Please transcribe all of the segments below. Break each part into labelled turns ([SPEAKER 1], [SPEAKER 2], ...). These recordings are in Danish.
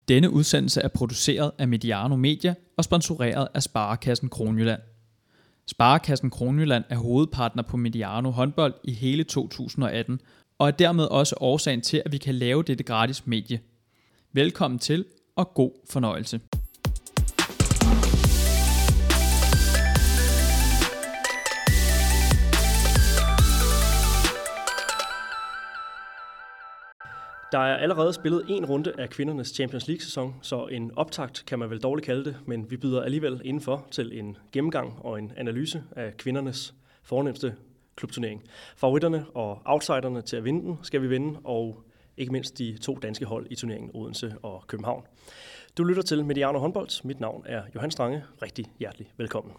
[SPEAKER 1] Denne udsendelse er produceret af Mediano Media og sponsoreret af Sparekassen Kronjylland. Sparekassen Kronjylland er hovedpartner på Mediano håndbold i hele 2018, og er dermed også årsagen til, at vi kan lave dette gratis medie. Velkommen til, og god fornøjelse.
[SPEAKER 2] Der er allerede spillet en runde af kvindernes Champions League-sæson, så en optakt kan man vel dårligt kalde det, men vi byder alligevel indenfor til en gennemgang og en analyse af kvindernes fornemste klubturnering. Favoritterne og outsiderne til at vinde den skal vi vinde, og ikke mindst de to danske hold i turneringen, Odense og København. Du lytter til Mediano Håndbold. Mit navn er Johan Strange. Rigtig hjertelig velkommen.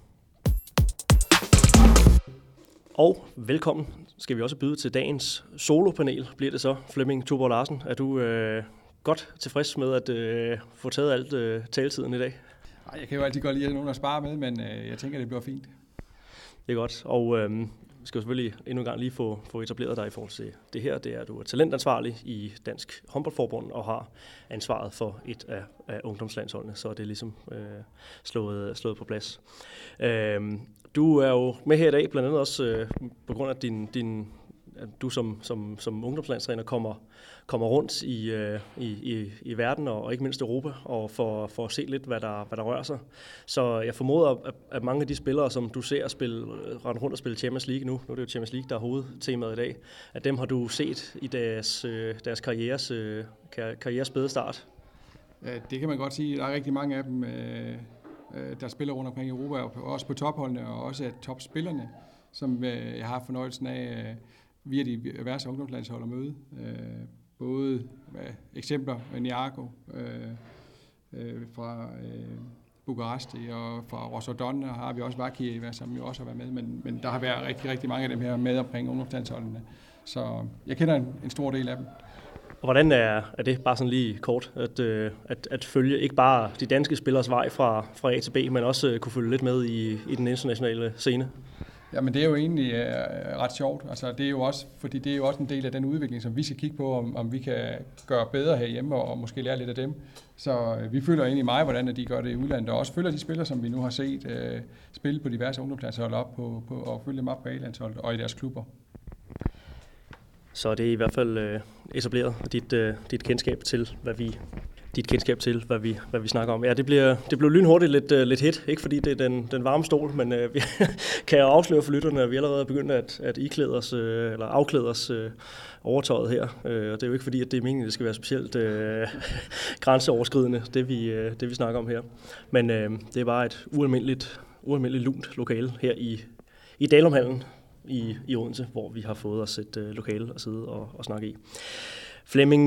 [SPEAKER 2] Og velkommen skal vi også byde til dagens solopanel, bliver det så. Flemming Tuborg Larsen, er du godt tilfreds med at få taget alt taletiden i dag?
[SPEAKER 3] Jeg kan jo altid godt lide at nogen at spare med, men jeg tænker, det bliver fint.
[SPEAKER 2] Det er godt, og vi skal jo selvfølgelig endnu en gang lige få etableret dig i forhold til det her. Det er, at du er talentansvarlig i Dansk Håndboldforbund og har ansvaret for et af ungdomslandsholdene, så det er ligesom slået på plads. Du er jo med her i dag, blandt andet også på grund af at du som ungdomslandstræner kommer rundt i verden og ikke mindst Europa og for at se lidt, hvad der rører sig. Så jeg formoder, at mange af de spillere, som du ser rende rundt og spille Champions League nu er det jo Champions League, der er hovedtemaet i dag, at dem har du set i deres karrieres spæde start.
[SPEAKER 3] Ja, det kan man godt sige. Der er rigtig mange af dem, der spiller rundt omkring i Europa, og også på topholdene, og også af topspillerne, som jeg har fornøjelsen af via de diverse ungdomslandshold at møde. Både eksempler, Niago fra Bukaresti, og fra Rotterdam har vi også Vaki, som jo også har været med, men der har været rigtig, rigtig mange af dem her med omkring ungdomslandsholdene. Så jeg kender en stor del af dem.
[SPEAKER 2] Og hvordan er det, bare sådan lige kort, at følge ikke bare de danske spillers vej fra A til B, men også kunne følge lidt med i den internationale scene?
[SPEAKER 3] Jamen det er jo egentlig ret sjovt. Altså det er jo også, fordi det er jo også en del af den udvikling, som vi skal kigge på, om vi kan gøre bedre herhjemme og måske lære lidt af dem. Så vi følger egentlig meget, hvordan de gør det i udlandet, og også følger de spillere, som vi nu har set spille på diverse ungdomslandshold op på og følge dem op på A-landsholdet og i deres klubber.
[SPEAKER 2] Så det er i hvert fald etableret dit kendskab til, hvad vi snakker om. Ja, det blev lynhurtigt lidt hit, ikke fordi det er den varme stol, men vi kan jo afsløre for lytterne, at vi allerede er begyndt at iklæde os, eller afklæde os overtøjet her. Og det er jo ikke fordi, at det er meningen, at det skal være specielt grænseoverskridende, det vi snakker om her. Men det er bare et ualmindeligt lunt lokale her i Dalumhallen i Odense, hvor vi har fået os et lokale at sidde og snakke i. Flemming,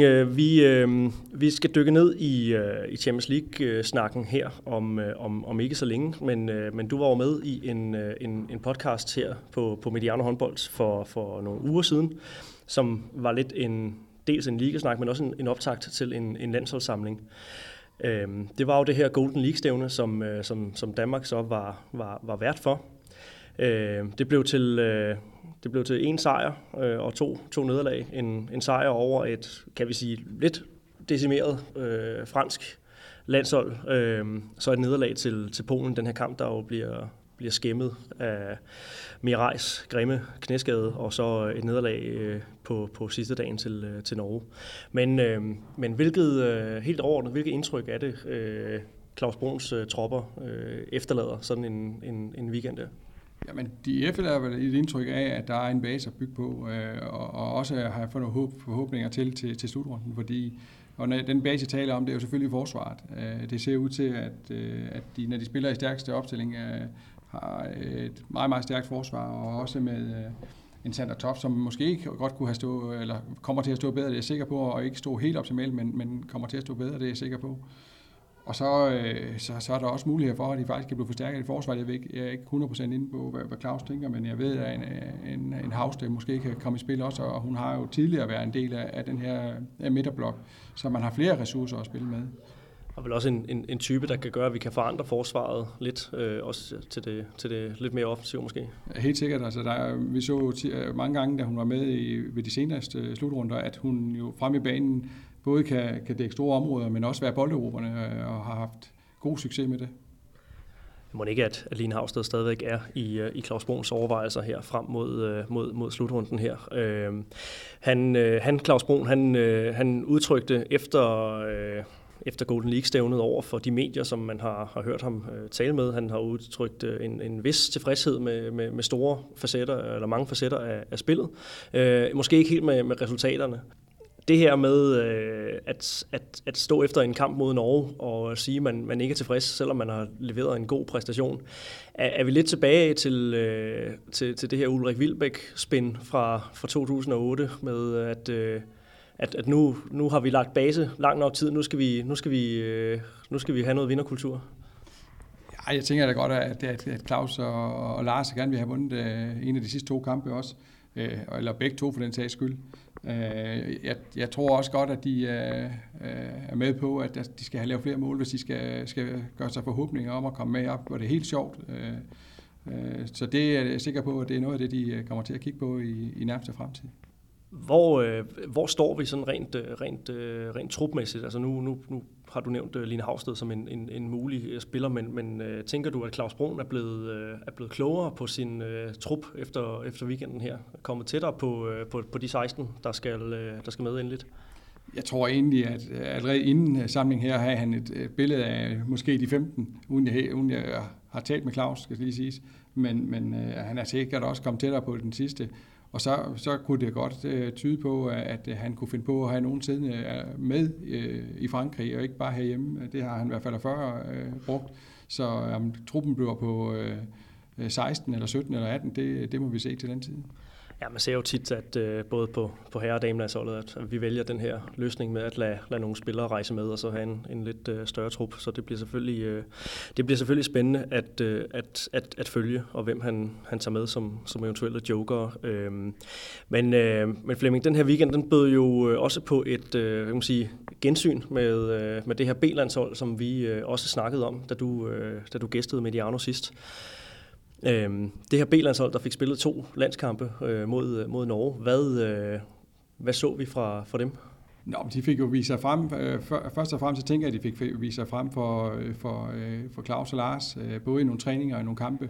[SPEAKER 2] vi skal dykke ned i Champions League-snakken her om ikke så længe, men du var jo med i en podcast her på Mediano Håndbold for nogle uger siden, som var lidt dels en ligasnak, men også en optakt til en landsholdssamling. Det var jo det her Golden League-stævne, som Danmark så var vært for. Det blev til en sejr og to nederlag. En sejr over et, kan vi sige, lidt decimeret fransk landshold. Så et nederlag til Polen, den her kamp, der jo bliver skæmmet af Mirajs grimme knæskade, og så et nederlag på sidste dagen til Norge. Men helt overordnet, hvilket indtryk er det, Claus Bruns tropper efterlader sådan en weekend der?
[SPEAKER 3] Jamen, de efterlader vel et indtryk af, at der er en base at bygge på, og også har fået nogle forhåbninger til slutrunden, fordi og den base, jeg taler om, det er jo selvfølgelig forsvaret. Det ser ud til, at de, når de spiller i stærkeste opstilling, har et meget, meget stærkt forsvar, og også med en Sander Toft, som måske ikke godt kunne have stået, eller kommer til at stå bedre, det er jeg sikker på, og ikke stå helt optimalt, men kommer til at stå bedre, det er jeg sikker på. Og så er der også mulighed for, at de faktisk kan blive forstærket i forsvaret. Jeg er ikke 100% inde på, hvad Claus tænker, men jeg ved, at en Havs, der måske kan komme i spil også, og hun har jo tidligere været en del af den her midterblok, så man har flere ressourcer at spille med.
[SPEAKER 2] Og vel også en type, der kan gøre, at vi kan forandre forsvaret lidt, også til det lidt mere offensiv måske.
[SPEAKER 3] Helt sikkert. Altså, vi så mange gange, da hun var med ved de seneste slutrunder, at hun jo fremme i banen både kan dække store områder, men også være bolderobrende, og har haft god succes med det.
[SPEAKER 2] Må ikke, at Line Havsted stadigvæk er i Claus Bruns overvejelser her frem mod slutrunden her. Claus Brun, han udtrykte efter Golden League-stævnet over for de medier, som man har hørt ham tale med. Han har udtrykt en vis tilfredshed med store facetter, eller mange facetter af spillet. Måske ikke helt med resultaterne. Det her med at stå efter en kamp mod Norge og sige, at man ikke er tilfreds, selvom man har leveret en god præstation. Er vi lidt tilbage til det her Ulrik Wilbek-spin fra 2008 med, at nu har vi lagt base lang nok tid, nu skal vi have noget vinderkultur?
[SPEAKER 3] Ja, jeg tænker da godt, at Claus og Lars gerne vil have vundet en af de sidste 2 kampe også, eller begge 2 for den sags skyld. Jeg tror også godt, at de er med på, at de skal have lavet flere mål, hvis de skal gøre sig forhåbninger om at komme med op, og det er helt sjovt. Så det er jeg sikker på, at det er noget af det, de kommer til at kigge på i nærmeste fremtid.
[SPEAKER 2] Hvor står vi sådan rent trupmæssigt? Altså nu har du nævnt Line Havsted som en mulig spiller, men tænker du, at Claus Brun er blevet klogere på sin trup efter weekenden her? Kommet tættere på de 16, der skal med endeligt?
[SPEAKER 3] Jeg tror egentlig, at allerede inden samlingen her havde han et billede af måske de 15, uden jeg har talt med Claus, skal lige siges. Men han er sikkert også kommet tættere på den sidste. Og så kunne det godt tyde på, at han kunne finde på at have nogen siddende med i Frankrig, og ikke bare herhjemme. Det har han i hvert fald før brugt. Så om truppen bliver på 16 eller 17 eller 18, det må vi se til den tid.
[SPEAKER 2] Ja, man ser jo tit, at både på herre- og damelandsholdet, at vi vælger den her løsning med at lade nogle spillere rejse med, og så have en lidt større trup. Så det bliver selvfølgelig spændende at følge, og hvem han tager med som eventuelle joker. Men Flemming, den her weekend, den bød jo også på et gensyn med det her B-landshold, som vi også snakkede om, da du gæstede Mediano sidst. Det her B-landshold, der fik spillet 2 landskampe mod Norge. Hvad så vi fra dem?
[SPEAKER 3] Nå, de fik jo vist sig frem. Først og fremmest så tænker jeg, at de fik vist sig frem for Claus og Lars, både i nogle træninger og i nogle kampe.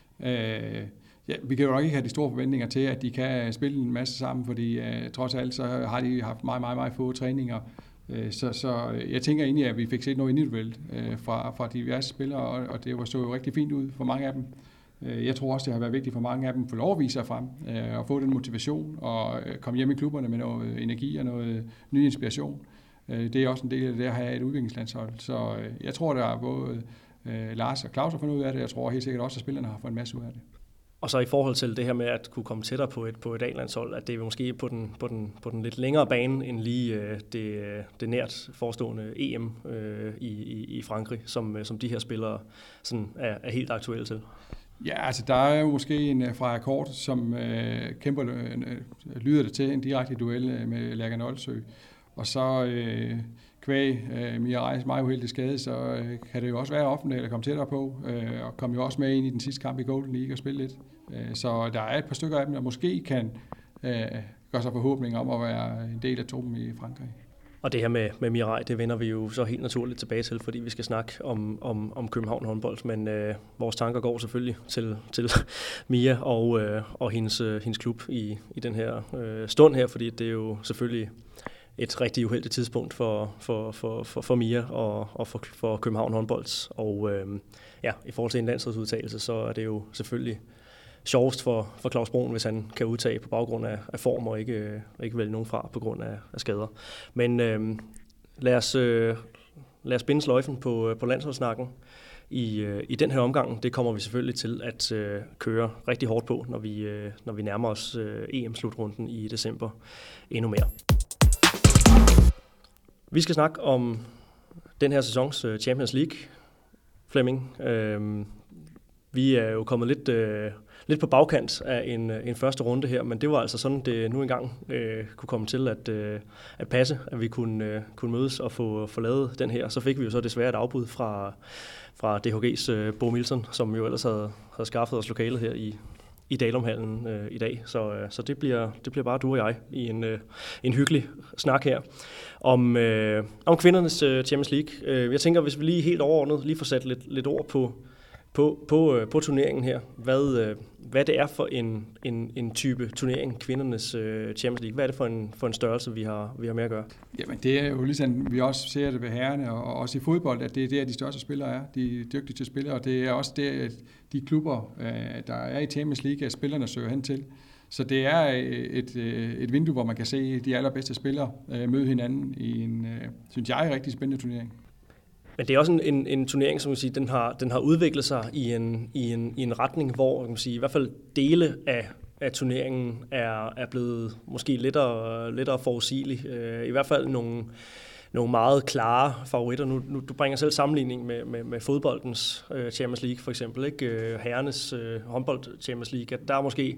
[SPEAKER 3] Vi kan jo nok ikke have de store forventninger til, at de kan spille en masse sammen, fordi trods alt så har de haft meget, meget, meget få træninger. Så jeg tænker egentlig, at vi fik set noget individuelt fra diverse spillere, og det så jo rigtig fint ud for mange af dem. Jeg tror også, det har været vigtigt for mange af dem at få lov at vise sig frem og få den motivation og komme hjem i klubberne med noget energi og noget ny inspiration. Det er også en del af det at have et udviklingslandshold. Så jeg tror, der er både Lars og Claus har fundet ud af det. Jeg tror helt sikkert også, at spillerne har fået en masse ud af det.
[SPEAKER 2] Og så i forhold til det her med at kunne komme tættere på et A-landshold, at det er måske på den lidt længere bane end lige det nært forestående EM i Frankrig, som de her spillere sådan er helt aktuelle til.
[SPEAKER 3] Ja, altså der er jo måske en fra Akkord, som kæmper, lyder det til en direkte duel med Lærke Nolsø. Og så kvæg Mia Reis meget uheldig skade, så kan det jo også være offentligt at komme tættere på, og komme jo også med ind i den sidste kamp i Golden League og spille lidt. Så der er et par stykker af dem, der måske kan gøre sig forhåbning om at være en del af truppen i Frankrig.
[SPEAKER 2] Og det her med Mirai, det vender vi jo så helt naturligt tilbage til, fordi vi skal snakke om København håndbold, men vores tanker går selvfølgelig til Mia og hendes klub i den her stund her, fordi det er jo selvfølgelig et rigtig uheldigt tidspunkt for Mia og for København håndbold. Og i forhold til en landsholdsudtalelse, så er det jo selvfølgelig sjovest for Claus Brun, hvis han kan udtage på baggrund af form og ikke vælge nogen fra på grund af skader. Men lad os binde sløjfen på landsholdssnakken i den her omgang. Det kommer vi selvfølgelig til at køre rigtig hårdt på, når vi nærmer os EM-slutrunden i december endnu mere. Vi skal snakke om den her sæsons Champions League, Flemming. Vi er jo kommet lidt på bagkant af en første runde her, men det var altså sådan, det nu engang kunne komme til at passe, at vi kunne mødes og få lavet den her. Så fik vi jo så desværre et afbud fra DHG's Bo Milton, som jo ellers havde skaffet os lokalet her i Dalumhallen i dag. Så det bliver bare du og jeg i en hyggelig snak her om kvindernes Champions League. Jeg tænker, hvis vi lige helt overordnet lige får sat lidt ord på turneringen her. Hvad det er for en type turnering, kvindernes Champions League. Hvad er det for en størrelse, vi har med at gøre?
[SPEAKER 3] Jamen det er jo ligesom vi også ser det ved herrerne og også i fodbold, at det er der de største spillere er. De er dygtige til spillere, og det er også der, at de klubber, der er i Champions League, at spillerne søger hen til. Så det er et vindue, hvor man kan se de allerbedste spillere møde hinanden i en, synes jeg, rigtig spændende turnering.
[SPEAKER 2] Men det er også en turnering, som man sige, den har udviklet sig i en retning, hvor man kan sige, i hvert fald dele af turneringen er blevet måske lettere forudsigelig. I hvert fald nogle meget klare favoritter. Nu du bringer selv sammenligning med fodboldens Champions League for eksempel, ikke? Herrenes håndbold Champions League. Der er måske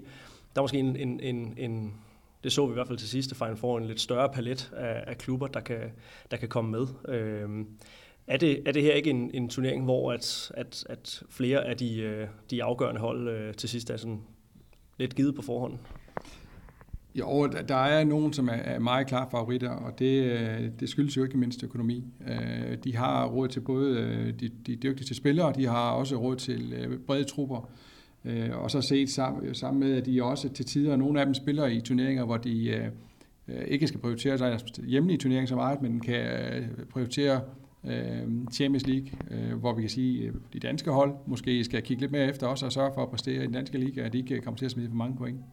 [SPEAKER 2] en det så vi i hvert fald til sidste Final Four, en lidt større palet af klubber, der kan komme med. Er det her ikke en turnering, hvor at flere af de afgørende hold til sidst er sådan lidt givet på forhånd?
[SPEAKER 3] Jo, der er nogen, som er meget klare favoritter, og det skyldes jo ikke mindst økonomi. De har råd til både de dygtigste spillere, de har også råd til brede trupper. Og så set sammen med, at de også til tider, nogle af dem spiller i turneringer, hvor de ikke skal prioritere sig hjemlige turneringer så meget, men kan prioritere Champions League, hvor vi kan sige, at de danske hold måske skal kigge lidt mere efter os og sørge for at præstere i den danske liga, at de ikke kommer til at smide for mange point.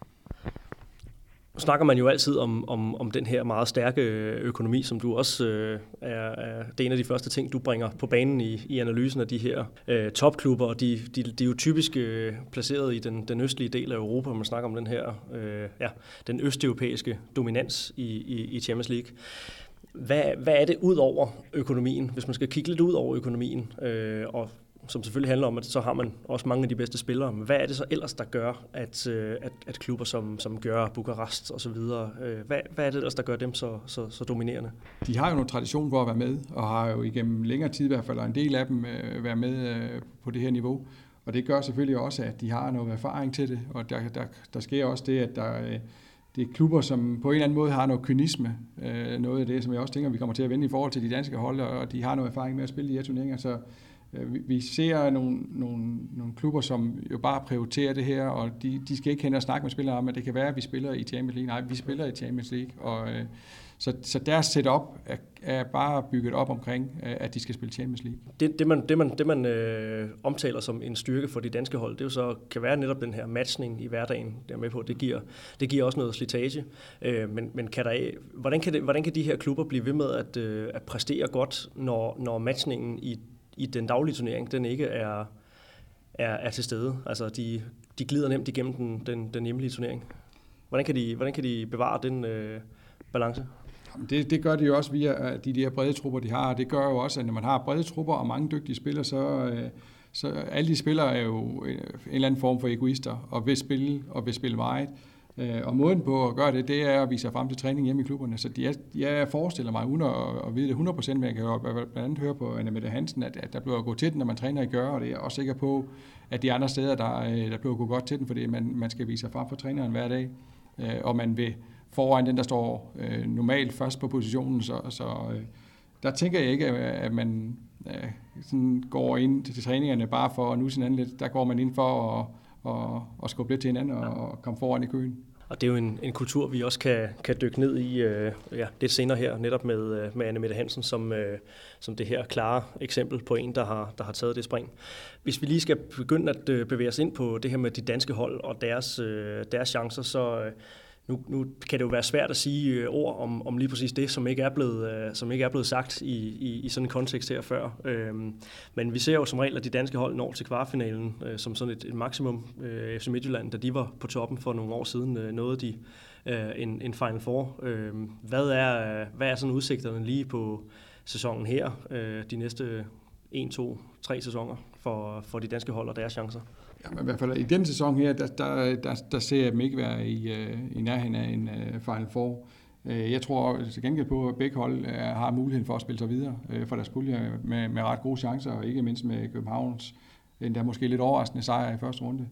[SPEAKER 2] Nu snakker man jo altid om den her meget stærke økonomi, som du også er det en af de første ting, du bringer på banen i analysen af de her topklubber, og de er jo typisk placeret i den østlige del af Europa, når man snakker om den her den østeuropæiske dominans i Champions League. Hvad er det ud over økonomien, hvis man skal kigge lidt ud over økonomien, og som selvfølgelig handler om, at så har man også mange af de bedste spillere. Men hvad er det så ellers, der gør, at klubber som gør Bukarest og så videre, hvad er det ellers, der gør dem så dominerende?
[SPEAKER 3] De har jo nogle tradition for at være med, og har jo igennem længere tid i hvert fald, og en del af dem været med på det her niveau. Og det gør selvfølgelig også, at de har noget erfaring til det, og der sker også det, at det er klubber, som på en eller anden måde har noget kynisme. Noget af det, som jeg også tænker, vi kommer til at vende i forhold til de danske hold, og de har noget erfaring med at spille de her turneringer. Så vi ser nogle klubber, som jo bare prioriterer det her, og de skal ikke hen og snakke med spillere om, at det kan være, at vi spiller i Champions League. Nej, vi spiller i Champions League. Og, så deres setup er bare bygget op omkring, at de skal spille Champions League.
[SPEAKER 2] Det man omtaler som en styrke for de danske hold, det jo så kan være netop den her matchning i hverdagen, der er med på. Det giver også noget slitage. Men hvordan kan de her klubber blive ved med at præstere godt, når matchningen i den daglige turnering, den ikke er til stede? Altså, de glider nemt igennem den hjemlige turnering. Hvordan kan de bevare den balance?
[SPEAKER 3] Det gør de jo også via de her brede trupper, de har. Det gør jo også, at når man har brede trupper og mange dygtige spillere, så alle de spillere er jo en eller anden form for egoister og vil spille meget. Og måden på at gøre det er at vise sig frem til træning hjemme i klubberne. Så jeg forestiller mig, uden at vide det 100%, men jeg kan jo blandt andet høre på Anne-Mette Hansen, at der bliver gået til den, når man træner i Gøre, og det er jeg også sikker på, at de andre steder, der bliver gået godt til den, fordi man skal vise sig frem for træneren hver dag, og man vil foran den, der står normalt først på positionen, så der tænker jeg ikke, at man sådan går ind til træningerne bare for at nu sin anden lidt. Der går man ind for at skubbe lidt til hinanden og komme foran i køen. Og
[SPEAKER 2] det er jo en kultur, vi også kan dykke ned i lidt senere her, netop med Anne-Mette Hansen som det her klare eksempel på en, der har taget det spring. Hvis vi lige skal begynde at bevæge os ind på det her med de danske hold og deres chancer, så nu kan det jo være svært at sige ord om lige præcis det, som ikke er blevet sagt i sådan en kontekst her før. Men vi ser jo som regel, at de danske hold når til kvartfinalen som sådan et maksimum. FC Midtjylland, da de var på toppen for nogle år siden, nåede de en Final Four. Hvad er sådan udsigterne lige på sæsonen her, de næste 1, 2, 3 sæsoner for de danske hold og deres chancer?
[SPEAKER 3] Ja, men i hvert fald i den sæson her, der ser jeg dem ikke være i nærheden af en Final Four. Jeg tror til gengæld på, at begge hold har muligheden for at spille sig videre for deres pulje med ret gode chancer, og ikke mindst med Københavns endda måske lidt overraskende sejr i første runde.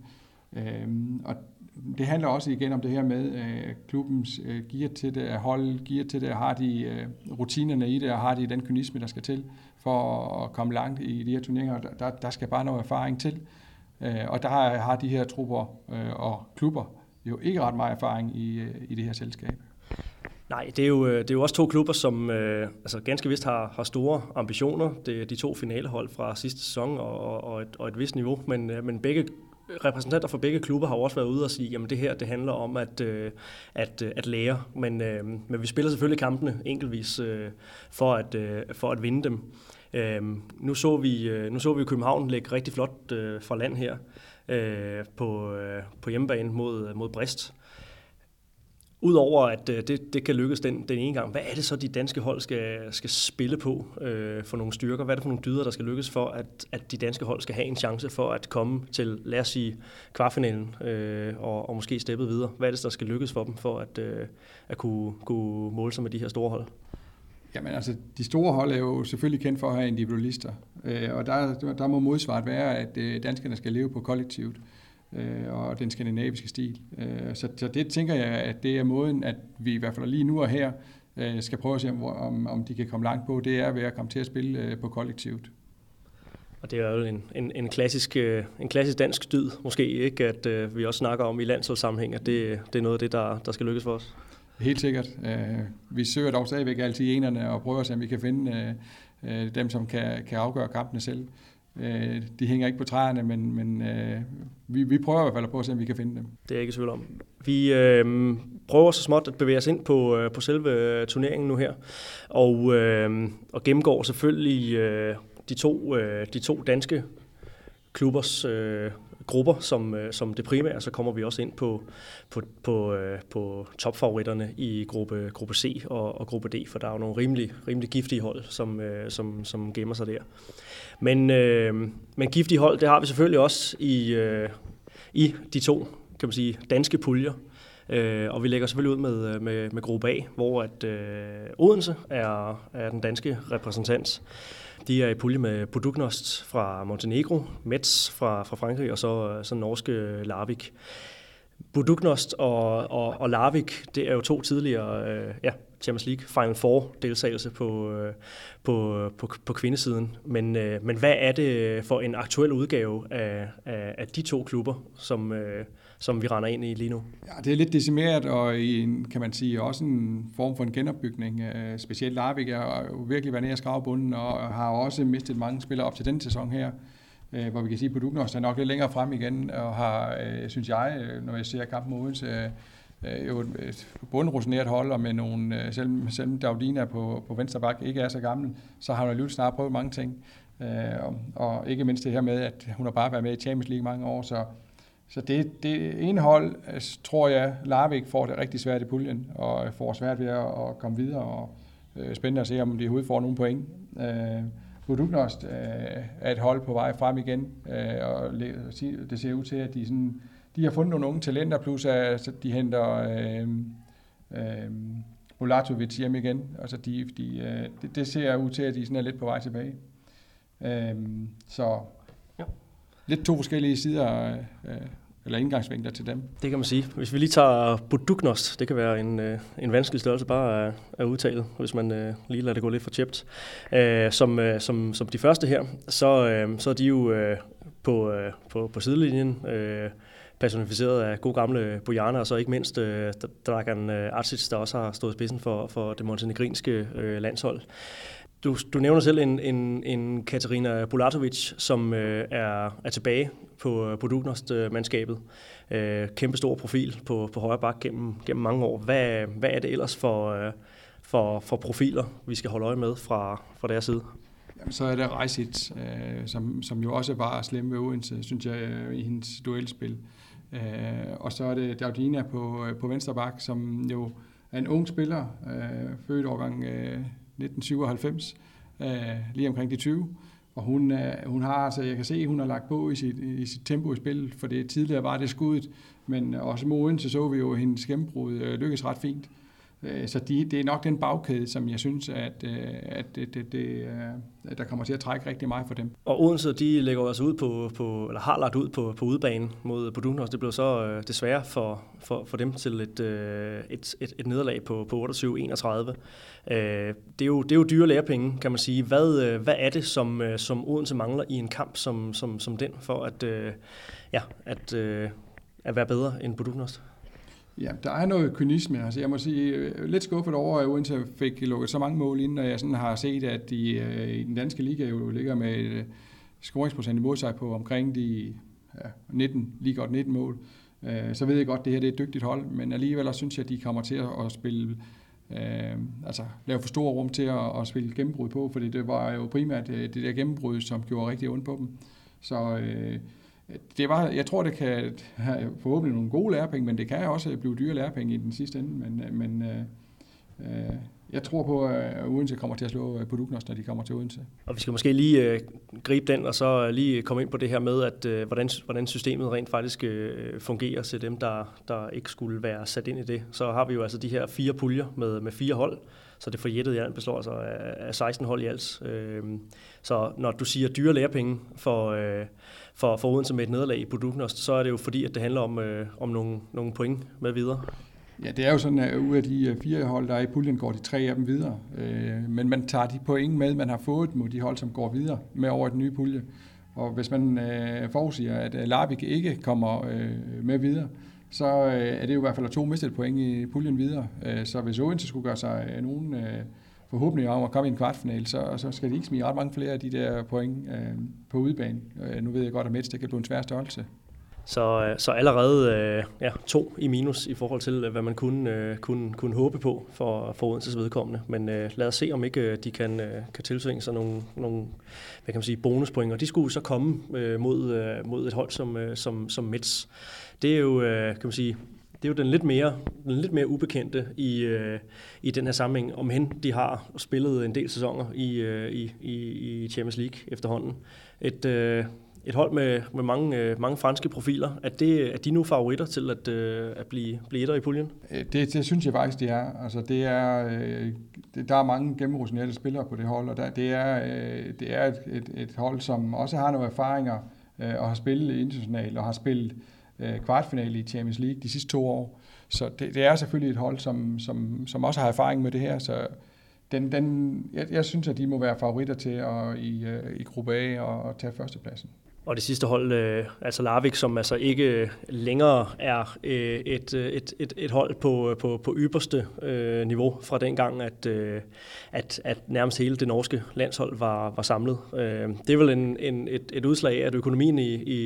[SPEAKER 3] Og det handler også igen om det her med klubbens gear til det, hold gear til det, har de rutinerne i det, og har de den kynisme, der skal til for at komme langt i de her turneringer. Der skal bare noget erfaring til. Og der har de her trupper og klubber jo ikke ret meget erfaring i det her selskab.
[SPEAKER 2] Nej, det er jo også to klubber, som ganske vist har store ambitioner. Det er de to finalehold fra sidste sæson og et vist niveau, men begge repræsentanter for begge klubber har også været ude og sige, jamen det her, det handler om at lære, men vi spiller selvfølgelig kampene enkeltvis for at vinde dem. Nu så vi København lægge rigtig flot fra land her på hjemmebane mod Brest. Udover at det kan lykkes den ene gang, hvad er det så, de danske hold skal spille på for nogle styrker? Hvad er det for nogle dyder, der skal lykkes for, at de danske hold skal have en chance for at komme til, lad os sige, kvartfinalen og måske steppet videre? Hvad er det, der skal lykkes for dem for at kunne måle sig med de her store hold?
[SPEAKER 3] Jamen altså, de store hold er jo selvfølgelig kendt for at have individualister, og der må modsvaret være, at danskerne skal leve på kollektivet og den skandinaviske stil. Så det tænker jeg, at det er måden, at vi i hvert fald lige nu og her skal prøve at se, om de kan komme langt på. Det er ved at komme til at spille på kollektivet.
[SPEAKER 2] Og det er jo en klassisk dansk dyd, måske ikke, at vi også snakker om i landsholdssammenhæng, at det er noget af det, der skal lykkes for os.
[SPEAKER 3] Helt sikkert. Vi søger dog stadigvæk altid enerne og prøver at se, om vi kan finde dem, som kan afgøre kampene selv. De hænger ikke på træerne, men vi prøver i hvert fald på at se, om vi kan finde dem. Det er jeg ikke i tvivl om.
[SPEAKER 2] Vi prøver så småt at bevæge os ind på selve turneringen nu her, og gennemgår selvfølgelig de to danske klubbers grupper som det primære. Så kommer vi også ind på topfavoritterne i gruppe C og gruppe D, for der er jo nogle rimelig giftige hold, som gemmer sig der. Men giftige hold, det har vi selvfølgelig også i de to, kan man sige, danske puljer. Og vi lægger selvfølgelig ud med gruppe A, hvor at Odense er den danske repræsentant. De er i pulje med Budućnost fra Montenegro, Metz fra Frankrig og så norske Larvik. Budućnost og Larvik, det er jo to tidligere Champions League Final Four deltagelse på kvindesiden. Men hvad er det for en aktuel udgave af de to klubber, som vi render ind i lige nu?
[SPEAKER 3] Ja, det er lidt decimeret, og kan man sige også en form for en genopbygning. Specielt Larvik er jo virkelig været nede af skrabbunden og har også mistet mange spillere op til den sæson her, hvor vi kan sige, at Budućnost er nok lidt længere frem igen, og har, synes jeg, når jeg ser kampen mod Odense, jo et bundrutineret hold, og med nogle, selvom Davdina på venstre bak ikke er så gammel, så har hun alligevel snart prøvet mange ting. Og ikke mindst det her med, at hun har bare været med i Champions League mange år, så det ene hold, tror jeg, Larvik får det rigtig svært i puljen, og får svært ved at komme videre, og spændende at se, om de overhovedet får nogle point. Budućnost er et hold på vej frem igen, og det ser ud til, at de har fundet nogle unge talenter, plus at de henter Bulatovic hjem igen. Altså det ser ud til, at de sådan er lidt på vej tilbage. Så lidt to forskellige sider eller indgangsvinkler til dem. Det kan man sige. Hvis vi lige tager Budućnost, det kan være en vanskelig størrelse bare at udtale, hvis man lige lader det gå lidt for tjept. Som de første her, så er de jo på sidelinjen, personificeret af god gamle Bojana, og så ikke mindst Dragan Acic, der også har stået i spidsen for det montenegrinske landshold. Du nævner selv en Katarina Bulatovic, som er tilbage på Budućnost-mandskabet. Kæmpe stor profil på højre bak gennem mange år. Hvad er det ellers for profiler, vi skal holde øje med fra deres side? Jamen, så er det Rejsic, som jo også var slem ved Odense, synes jeg, i hendes duelspil. Og så er det Davdina på venstre bak, som jo er en ung spiller, født årgang 1997, lige omkring de 20. Og hun har, altså jeg kan se, hun har lagt på i sit tempo i spillet, for det tidligere var det skuddet, men også med Odense så vi jo hendes gennembrud lykkes ret fint. Så det er nok den bagkæde, som jeg synes, at der kommer til at trække rigtig meget for dem.
[SPEAKER 2] Og Odense, de lægger altså ud eller har lagt ud på udebane mod Budućnost. Det blev så desværre for dem til et nederlag på 28-31. Det er jo dyre lærepenge, kan man sige. Hvad er det, som Odense mangler i en kamp som den, for at være bedre end Budućnost?
[SPEAKER 3] Ja, der er noget kynisme. Altså, jeg må sige, lidt skuffet over, at Odense fik lukket så mange mål ind, og jeg sådan har set, at de i den danske liga jo ligger med et scoringsprocent imod sig på omkring de 19 mål. Så ved jeg godt, at det her det er et dygtigt hold, men alligevel synes jeg, at de kommer til at spille, lave for store rum til at spille gennembrud på, fordi det var jo primært det der gennembrud, som gjorde rigtig ondt på dem. Så jeg tror, det kan have forhåbentlig nogle gode lærepenge, men det kan også blive dyre lærepenge i den sidste ende. Men jeg tror på, at Odense kommer til at slå Budućnost, når de kommer til Odense.
[SPEAKER 2] Og vi skal måske lige gribe den, og så lige komme ind på det her med, at hvordan systemet rent faktisk fungerer til dem, der ikke skulle være sat ind i det. Så har vi jo altså de her 4 puljer med 4 hold, så det forjættede i alt består altså af 16 hold i alt. Så når du siger dyre lærepenge for Odense med et nederlag i Budućnost, så er det jo fordi, at det handler om nogle point med videre.
[SPEAKER 3] Ja, det er jo sådan, at ud af de 4 hold, der er i puljen, går de 3 af dem videre. Men man tager de point med, man har fået mod de hold, som går videre med over den nye pulje. Og hvis man forudsiger, at Larvik ikke kommer med videre, så er det jo i hvert fald 2 mistet point i puljen videre. Så hvis Odense skulle gøre sig nogen forhåbninger om at komme i en kvartfinal, så skal de ikke smide ret mange flere af de der point på udebane. Nu ved jeg godt, at Mets det kan blive en svær størrelse.
[SPEAKER 2] Så allerede 2 i minus i forhold til, hvad man kunne håbe på for Odenses vedkommende. Men lad os se, om ikke de kan tilsvinge sig nogle hvad kan man sige, bonuspoint. Og de skulle så komme mod et hold som Mets. Det er jo, kan man sige, det er jo den lidt mere ubekendte i den her sammenhæng, om hen de har spillet en del sæsoner i Champions League efterhånden. Et hold med mange franske profiler. Er de nu favoritter til at blive etter i puljen?
[SPEAKER 3] Det synes jeg faktisk, de er. Altså, der er mange gennemrutinerede spillere på det hold, og det er et hold, som også har nogle erfaringer og har spillet internationalt og har spillet kvartfinale i Champions League de sidste 2 år. Så det er selvfølgelig et hold, som også har erfaring med det her. Så jeg synes, at de må være favoritter til i gruppe A og tage førstepladsen.
[SPEAKER 2] Og det sidste hold, altså Larvik, som altså ikke længere er et hold på ypperste niveau fra dengang, at nærmest hele det norske landshold var samlet. Det er vel et udslag af, at økonomien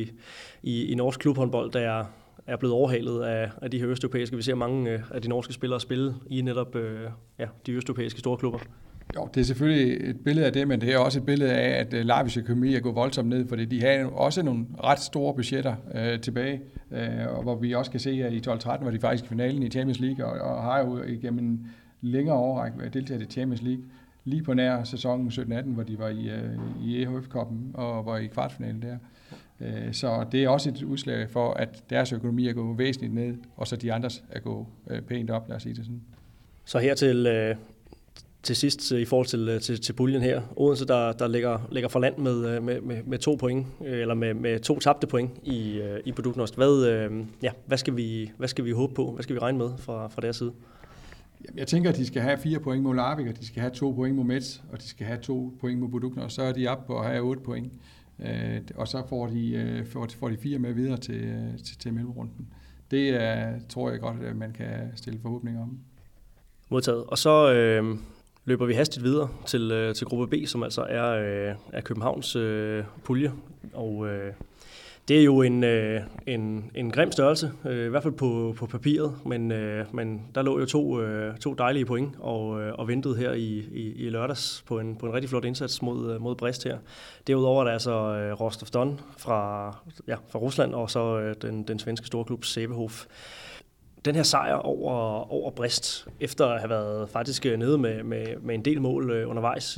[SPEAKER 2] i norsk klubhåndbold, der er blevet overhalet af de her østeuropæiske. Vi ser mange af de norske spillere spille i netop de østeuropæiske store klubber.
[SPEAKER 3] Jo, det er selvfølgelig et billede af det, men det er også et billede af, at Larviks økonomi er gået voldsomt ned, fordi de har også nogle ret store budgetter tilbage, og hvor vi også kan se, at i 12-13 var de faktisk i finalen i Champions League, og har jo igennem en længere årrække deltaget i Champions League, lige på nær sæsonen 17-18, hvor de var i EHF-koppen og var i kvartfinalen der. Så det er også et udslag for, at deres økonomi er gået væsentligt ned, og så de andres er gået pænt op, lad os sige det sådan.
[SPEAKER 2] Så her til sidst i forhold til puljen her, Odense, der ligger for land med 2 point, eller med 2 tabte point i Budućnost. Hvad skal vi håbe på? Hvad skal vi regne med fra deres side?
[SPEAKER 3] Jeg tænker, at de skal have 4 point mod Larvik, og de skal have 2 point mod Mets, og de skal have 2 point mod Budućnost. Så er de oppe på at have 8 point, og så får de 4 med videre til mellemrunden. Det tror jeg godt, at man kan stille forhåbninger om.
[SPEAKER 2] Modtaget. Og så løber vi hastigt videre til gruppe B, som altså er Københavns pulje. Og det er jo en grim størrelse, i hvert fald på papiret, men der lå jo to dejlige point og ventede her i lørdags på en rigtig flot indsats mod Brest her. Derudover er der altså Rostov-Don fra Rusland, og så den svenske storklub Sävehof. Den her sejr over Brest, efter at have været faktisk nede med en del mål undervejs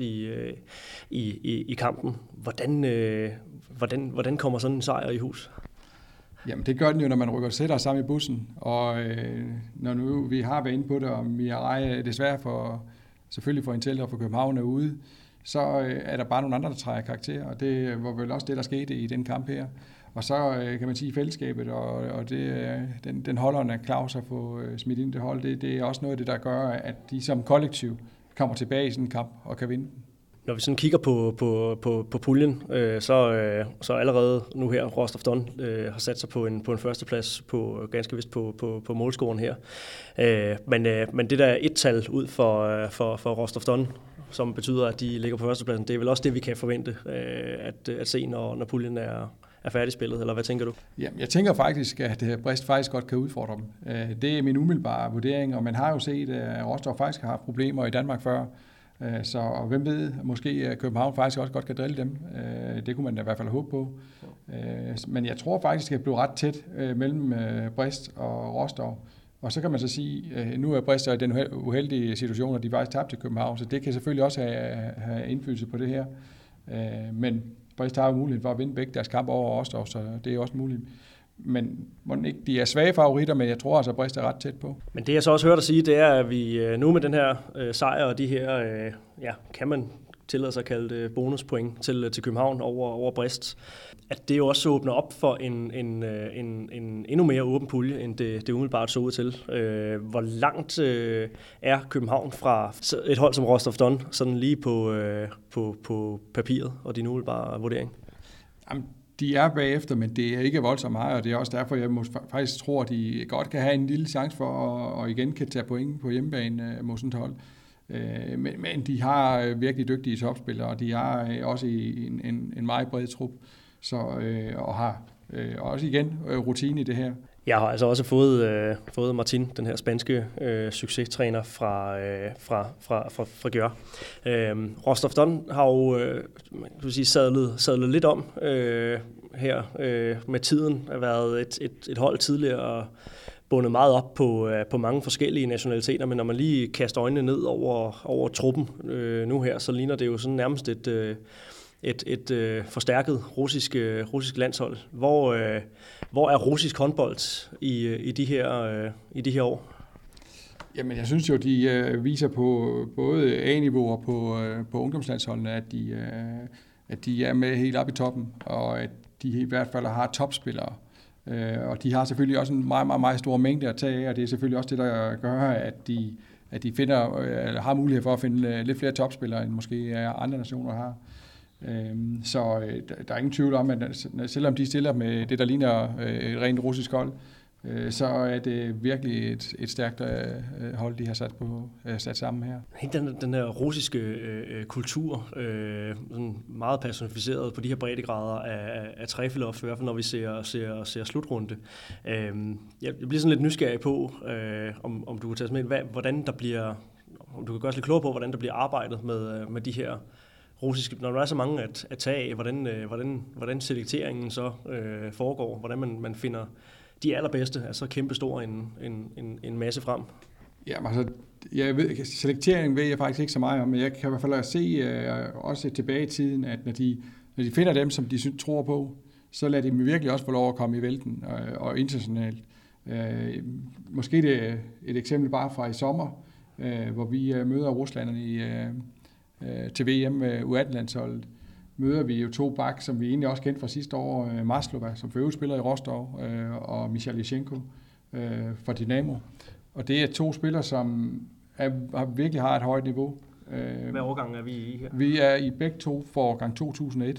[SPEAKER 2] i kampen, hvordan kommer sådan en sejr i hus?
[SPEAKER 3] Jamen det gør den jo, når man rykker sætter sammen i bussen, og når nu vi har været inde på det, og Mirai desværre selvfølgelig for Intel og for København er ude, så er der bare nogle andre, der træder karakter, og det var vel også det, der skete i den kamp her. Og så kan man sige fællesskabet, og den holderen af Claus har fået smidt ind det hold, det er også noget af det, der gør, at de som kollektiv kommer tilbage i sådan en kamp og kan vinde.
[SPEAKER 2] Når vi sådan kigger på puljen, så allerede nu her, Rostov Don har sat sig på en førsteplads, ganske vist på målscoren her. Men det der et-tal ud for Rostov Don, som betyder, at de ligger på førstepladsen, det er vel også det, vi kan forvente at se, når puljen er færdigspillet, eller hvad tænker du?
[SPEAKER 3] Jamen, jeg tænker faktisk, at Brest faktisk godt kan udfordre dem. Det er min umiddelbare vurdering, og man har jo set, at Rostov faktisk har haft problemer i Danmark før. Så hvem ved, måske København faktisk også godt kan drille dem. Det kunne man i hvert fald håbe på. Men jeg tror faktisk, at det bliver ret tæt mellem Brest og Rostov. Og så kan man så sige, nu er Brest i den uheldige situation, at de faktisk tabte til København, så det kan selvfølgelig også have indflydelse på det her. Men Brest har jo mulighed for at vinde begge deres kamp over Rostov, så det er også muligt. Men de er svage favoritter, men jeg tror altså, at Brest er ret tæt på.
[SPEAKER 2] Men det jeg så også hørt dig sige, det er, at vi nu med den her sejr og de her, kan man tillade sig at kalde det bonuspoint til København over Brest, at det jo også åbner op for en endnu mere åben pulje, end det umiddelbart så ud til. Hvor langt er København fra et hold som Rostov Don, sådan lige på papiret og din umiddelbare vurdering?
[SPEAKER 3] Jamen, de er bagefter, men det er ikke voldsomt meget, og det er også derfor, jeg faktisk tror, at de godt kan have en lille chance for at igen kan tage point på hjemmebane mod sådan et hold. Men de har virkelig dygtige topspillere, og de er også i en meget bred trup, og har også igen rutine i det her.
[SPEAKER 2] Jeg har altså også fået Martin, den her spanske succestræner fra Gjør. Rostov Don har jo sadlet lidt om her med tiden. Har været et hold tidligere bundet meget op på mange forskellige nationaliteter, men når man lige kaster øjnene ned over truppen nu her, så ligner det jo sådan nærmest et forstærket russisk landshold. Hvor er russisk håndbold i de her år?
[SPEAKER 3] Jamen, jeg synes jo, de viser på både A-niveau og på ungdomslandsholdene, at de er med helt op i toppen, og at de i hvert fald har topspillere. Og de har selvfølgelig også en meget, meget, meget stor mængde at tage af, og det er selvfølgelig også det, der gør, at de finder, eller har mulighed for at finde lidt flere topspillere, end måske andre nationer har. Så der er ingen tvivl om, at selvom de stiller med det, der ligner et rent russisk hold, så er det virkelig et stærkt hold, de har sat sammen her.
[SPEAKER 2] Den her russiske kultur, sådan meget personificeret på de her breddegrader af Trefilov, i hvert fald når vi ser slutrunde. Jeg bliver sådan lidt nysgerrig på, om du kan tage med, hvordan der bliver, om du kan gøre os lidt klogere på, hvordan der bliver arbejdet med de her russiske, når der er så mange at tage af, hvordan selekteringen så foregår, hvordan man finder de allerbedste, altså kæmpe stor en masse frem.
[SPEAKER 3] Ja, altså, selektering ved jeg faktisk ikke så meget om, men jeg kan i hvert fald se også tilbage i tiden, at når de finder dem, som de tror på, så lader de dem virkelig også få lov at komme i vælten og internationalt. Måske det er et eksempel bare fra i sommer, hvor vi møder Ruslanderne til VM U18-landsholdet. Møder vi jo to bak, som vi egentlig også kendte fra sidste år, Maslova, som for øvrigt spiller i Rostov, og Michail Yashchenko fra Dynamo. Og det er to spillere, som virkelig har et højt niveau.
[SPEAKER 2] Hvad årgang er vi i her?
[SPEAKER 3] Vi er i begge to for årgang 2001.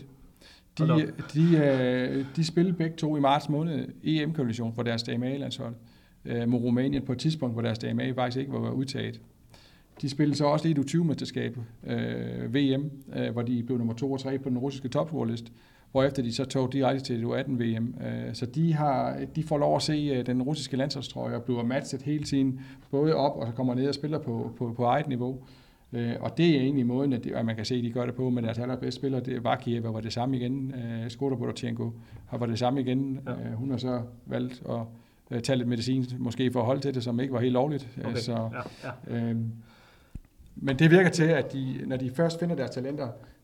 [SPEAKER 3] De spillede begge to i marts måned EM-kvalifikation for deres DMA-landshold mod Rumænien på et tidspunkt, hvor deres DMA faktisk ikke var udtaget. De spillede så også lidt U20-mesterskab, VM, hvor de blev nummer 2 og 3 på den russiske topscoreliste, hvorefter de så tog direkte til U18-VM. Så de får lov at se den russiske landsholdstrøje og bliver matchet hele tiden, både op og så kommer ned og spiller på eget niveau. Og det er egentlig måden, at man kan se, at de gør det på, men deres allerbedste spiller, det er Vakiev, var det samme igen. Skoda Bodorchenko var det samme igen. Ja. Hun har så valgt at tage lidt medicin, måske for at holde til det, som ikke var helt lovligt.
[SPEAKER 2] Okay.
[SPEAKER 3] Så, men det virker til, at når de først finder deres talenter,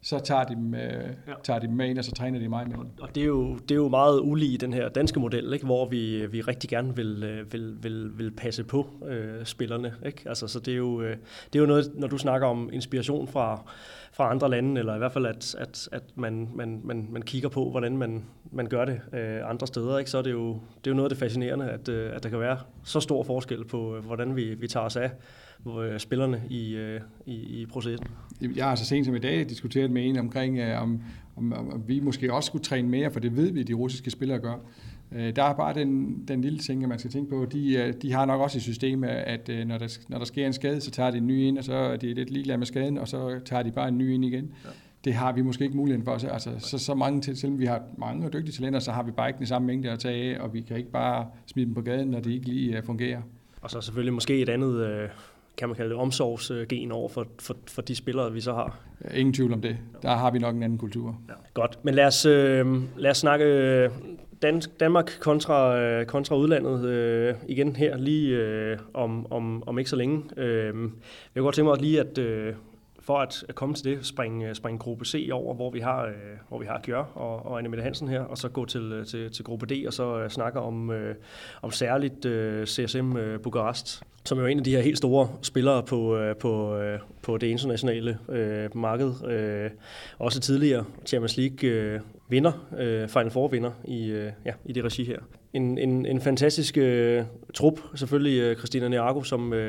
[SPEAKER 3] så tager de dem med ind, og så træner de meget med dem.
[SPEAKER 2] Og det er jo meget ulig den her danske model, ikke? Hvor vi rigtig gerne vil passe på spillerne. Ikke? Altså, så det er jo noget, når du snakker om inspiration fra andre lande, eller i hvert fald, at man kigger på, hvordan man gør det andre steder, ikke? Så er det er jo noget af det fascinerende, at der kan være så stor forskel på, hvordan vi tager os af spillerne i processen.
[SPEAKER 3] Jeg har så sent som i dag diskuteret med en omkring, om vi måske også skulle træne mere, for det ved vi, at de russiske spillere gør. Der er bare den lille ting, at man skal tænke på. De har nok også et system, at når der sker en skade, så tager de en ny ind, og så er de lidt ligeglade med skaden, og så tager de bare en ny ind igen. Ja. Det har vi måske ikke muligheden for. Altså, så mange, selvom vi har mange dygtige talenter, så har vi bare ikke den samme mængde at tage af, og vi kan ikke bare smide dem på gaden, når det ikke lige fungerer. Og
[SPEAKER 2] så selvfølgelig måske et andet, kan man kalde det, omsorgsgen over for de spillere, vi så har.
[SPEAKER 3] Ingen tvivl om det. Der har vi nok en anden kultur.
[SPEAKER 2] Ja. Godt, men lad os snakke Danmark kontra udlandet igen her lige om ikke så længe. Jeg kunne godt tænke mig lige for at komme til det, springe gruppe C over, hvor vi har Gjør og Anne Mette Hansen her, og så gå til gruppe D, og så snakke om særligt CSM Bukarest, som er jo en af de her helt store spillere på det internationale marked. Også tidligere Champions League vinder, Final Four vinder i det regi her. En fantastisk trup, selvfølgelig Christina Niago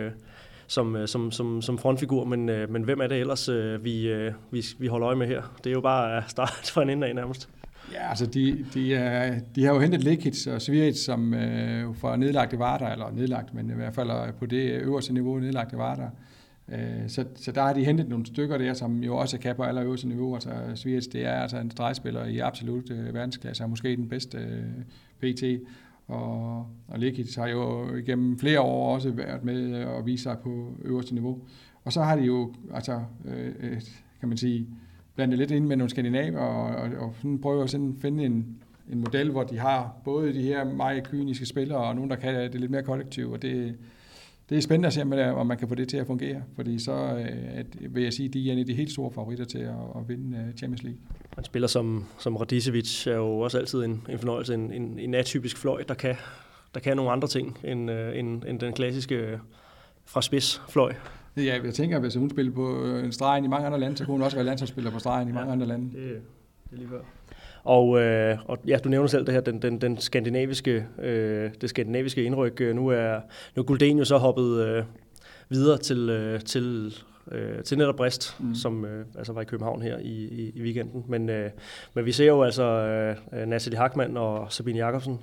[SPEAKER 2] som frontfigur, men hvem er det ellers, vi holder øje med her? Det er jo bare at starte fra en ende af nærmest.
[SPEAKER 3] Ja, altså de har jo hentet Lekic og Sviric, som fra nedlagte Vardar, eller nedlagt, men i hvert fald på det øverste niveau nedlagte Vardar. Så der har de hentet nogle stykker der, som jo også kan på allerøverste niveau. Altså Sviric, det er altså en stregspiller i absolut verdensklasse, og måske den bedste PT. Og Lekic har jo igennem flere år også været med at vise sig på øverste niveau. Og så har de jo, altså, kan man sige, blandet lidt ind med nogle skandinaver og prøver at finde en model, hvor de har både de her meget kyniske spillere og nogen, der kan det lidt mere kollektivt. Og det er spændende at se, om man kan få det til at fungere, fordi så vil jeg sige, at de er en af de helt store favoritter til at vinde Champions League.
[SPEAKER 2] En spiller som Radicevic er jo også altid en fornøjelse, en atypisk fløj, der kan nogle andre ting end den klassiske fra spids fløj.
[SPEAKER 3] Ja, jeg tænker, at hvis hun spiller på en stregen i mange andre lande, så kunne hun også være landsholdsspiller på stregen i mange andre lande.
[SPEAKER 2] Det er lige før. Og ja, du nævner selv det her, det skandinaviske indryk. Nu er Guldén jo så hoppet videre til netop Brest, som altså var i København her i weekenden. Men vi ser jo altså Natalie Hackmann og Sabine Jakobsen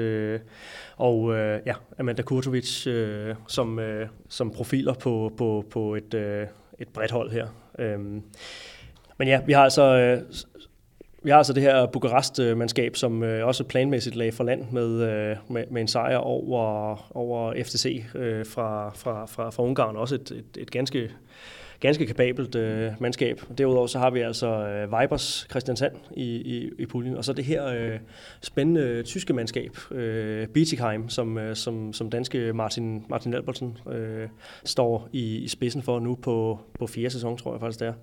[SPEAKER 2] og Amanda Kurtovic som profiler på et bredt hold her. Men ja, vi har altså det her Bukarest-mandskab, som også planmæssigt lagde for land med en sejr over FTC fra Ungarn. Også et ganske kapabelt mandskab. Derudover så har vi altså Vipers Kristiansand i puljen, og så det her spændende tyske mandskab, Bietigheim, som danske Martin Albertsen står i spidsen for nu på 4. sæson, tror jeg faktisk det er.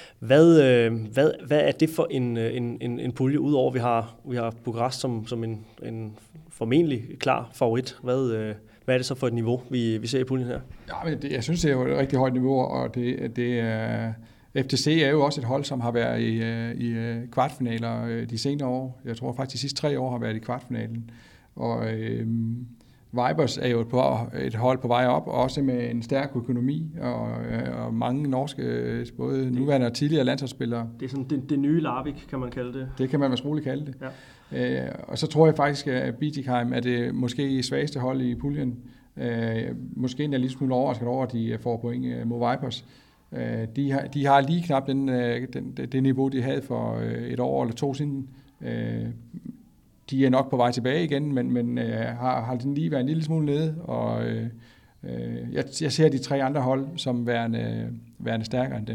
[SPEAKER 2] Hvad er det for en pulje, udover vi har Bukarest som en formentlig klar favorit? Hvad er det så for et niveau, vi ser i puljen her?
[SPEAKER 3] Ja, men jeg synes, det er jo et rigtig højt niveau, og FTC er jo også et hold, som har været i kvartfinaler de senere år. Jeg tror faktisk, de sidste 3 år har været i kvartfinalen. Og Vipers er jo et hold på vej op, også med en stærk økonomi og mange norske, både nuværende og tidligere landsholdsspillere.
[SPEAKER 2] Det er sådan det nye Larvik, kan man kalde det.
[SPEAKER 3] Det kan man vist roligt kalde det.
[SPEAKER 2] Ja.
[SPEAKER 3] Og så tror jeg faktisk, at Bietigheim er det måske svageste hold i puljen. Måske en lille smule overrasket over, at de får point mod Vipers. De har lige knap det niveau, de havde for et år eller 2 siden. De er nok på vej tilbage igen, men har den lige været en lille smule nede, og jeg ser de 3 andre hold som værende stærkere end dem.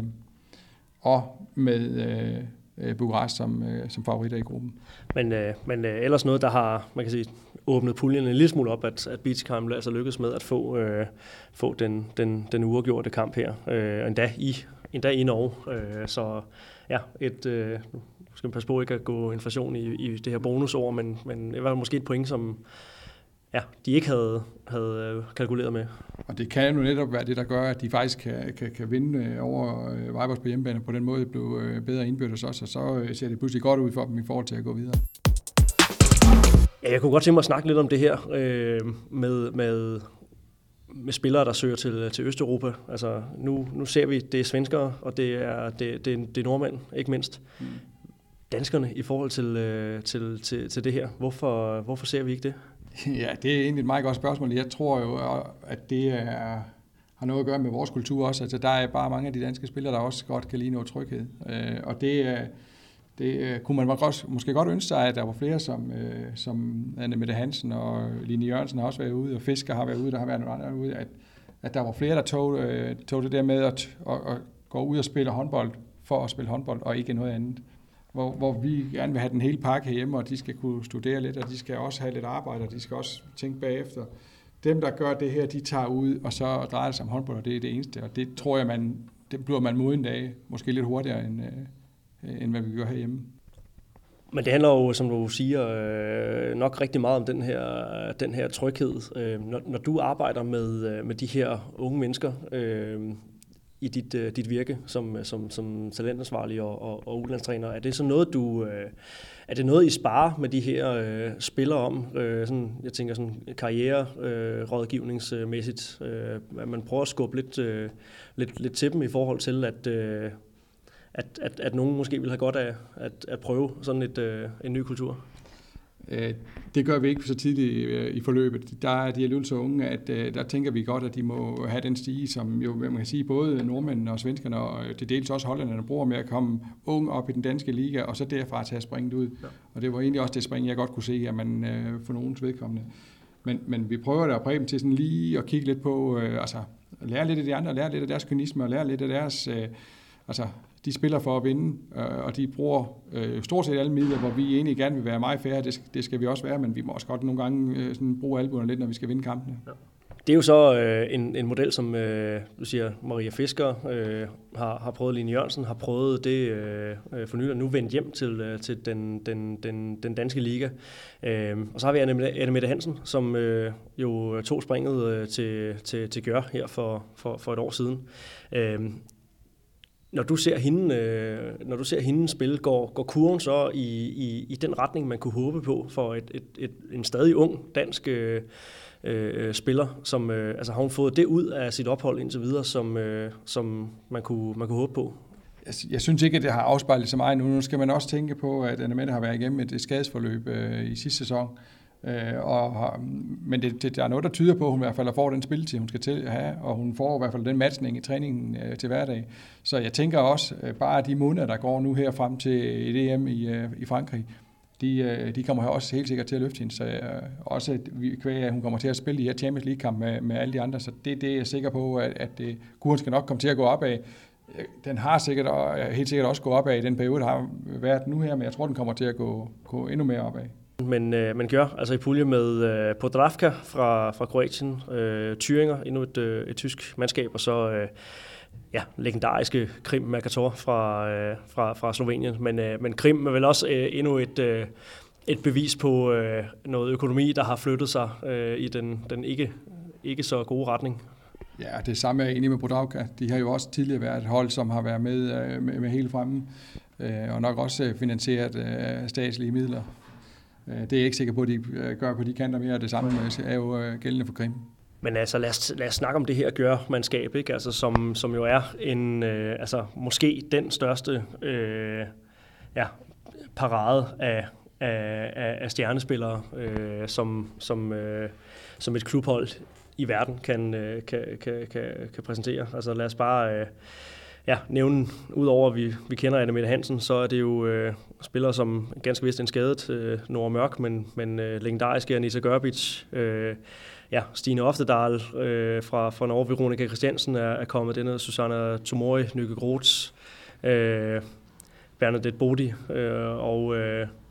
[SPEAKER 3] Og med Bukarest som favoritter i gruppen.
[SPEAKER 2] Men ellers noget, der har, man kan sige, åbnet puljen en lille smule op, at Bietigheim altså lykkedes med at få den uafgjorte kamp her, endda i Norge. Så Nu skal man passe på ikke at gå inflation i det her bonusår, men det var måske et point, som de ikke havde kalkuleret med.
[SPEAKER 3] Og det kan jo netop være det, der gør, at de faktisk kan vinde over Vipers på hjemmebane, på den måde blev bedre indbyrdes også, og så ser det pludselig godt ud for dem i forhold til at gå videre.
[SPEAKER 2] Ja, jeg kunne godt tænke mig at snakke lidt om det her med spillere, der søger til Østeuropa. Altså, nu ser vi, det er svenskere, og det er nordmænd, ikke mindst. Danskerne i forhold til det her. Hvorfor ser vi ikke det?
[SPEAKER 3] Ja, det er egentlig et meget godt spørgsmål. Jeg tror jo, at det har noget at gøre med vores kultur også. Altså, der er bare mange af de danske spillere, der også godt kan lide noget tryghed. Og det kunne man måske godt ønske sig, at der var flere, som Anne-Mette Hansen og Line Jørgensen har også været ude, og Fisker har været ude, der har været nogle andre ude, at der var flere, der tog det der med at gå ud og spille håndbold for at spille håndbold, og ikke noget andet. Hvor vi gerne vil have den hele pakke hjemme, og de skal kunne studere lidt, og de skal også have lidt arbejde, og de skal også tænke bagefter. Dem, der gør det her, de tager ud, og så drejer det sig om håndbold, og det er det eneste. Og det tror jeg, det bliver man moden af, måske lidt hurtigere, end hvad vi gør herhjemme.
[SPEAKER 2] Men det handler jo, som du siger, nok rigtig meget om den her tryghed. Når du arbejder med de her unge mennesker i dit virke som talentansvarlig og udlandstræner, er det så noget, er det noget, I sparer med de her spillere om? Sådan, jeg tænker sådan karriererådgivningsmæssigt, at man prøver at skubbe lidt til dem i forhold til, at nogen måske vil have godt af at prøve sådan en ny kultur?
[SPEAKER 3] Det gør vi ikke så tidligt i forløbet. Der er de alligevel så unge, at der tænker vi godt, at de må have den stige, som jo, man kan sige, både nordmændene og svenskerne, og til dels også hollænderne bruger med at komme ung op i den danske liga, og så derfra tage springet ud. Ja. Og det var egentlig også det spring, jeg godt kunne se, at man for nogens vedkommende. Men vi prøver da at præge dem til sådan lige at kigge lidt på, lære lidt af de andre, lære lidt af deres kynisme, og lære lidt af deres, de spiller for at vinde, og de bruger stort set alle midler, hvor vi egentlig gerne vil være meget færre. Det skal vi også være, men vi må også godt nogle gange bruge albuerne lidt, når vi skal vinde kampene. Ja.
[SPEAKER 2] Det er jo så en model, som du siger, Maria Fisker har prøvet, Line Jørgensen har prøvet det for nylig, og nu vendt hjem til den danske liga. Og så har vi Anne-Mette Hansen, som jo tog springet til Gør her for et år siden. Når du ser hende spille, går kurven så i den retning, man kunne håbe på for en stadig ung dansk spiller, som har hun fået det ud af sit ophold indtil videre, som man kunne håbe på?
[SPEAKER 3] Jeg synes ikke, at det har afspejlet så meget nu. Nu skal man også tænke på, at Anne-Mette har været igennem et skadesforløb i sidste sæson. Men der er noget, der tyder på, at hun i hvert fald får den spilletid, hun skal til at have, og hun får i hvert fald den matchning i træningen til hverdag. Så jeg tænker også, bare de måneder, der går nu her frem til et EM i Frankrig, de kommer her også helt sikkert til at løfte hende. Så også kvæg, at hun kommer til at spille de her Champions League-kamp med alle de andre. Så det er jeg sikker på, at kurven skal nok komme til at gå opad. Den har helt sikkert også gået opad i den periode, der har været nu her, men jeg tror, den kommer til at gå endnu mere opad.
[SPEAKER 2] Men gør altså i pulje med Podravka fra Kroatien, Thüringer, endnu et tysk mandskab, og så legendariske Krim Mercator fra Slovenien. Men Krim er vel også endnu et bevis på noget økonomi, der har flyttet sig i den ikke så gode retning.
[SPEAKER 3] Ja, det samme er egentlig med Podravka. De har jo også tidligere været et hold, som har været med hele fremme, og nok også finansieret statslige midler. Det er jeg ikke sikker på, at de gør på de kanter mere. Det samme er jo gældende for Krim.
[SPEAKER 2] Men altså, lad os snakke om det her gør-mandskab, ikke? Altså, som jo er måske den største parade af stjernespillere, som et klubhold i verden kan præsentere. Altså lad os bare nævne, udover at vi kender Anne-Mette Hansen, så er det jo spillere som ganske vist en skadet Nora Mørk, men legendariske Anita Görbic, Stine Oftedal fra Norge, Veronica Christiansen er kommet, denne Susanna Tomori, Nykke Groth, Bernadette Bodie og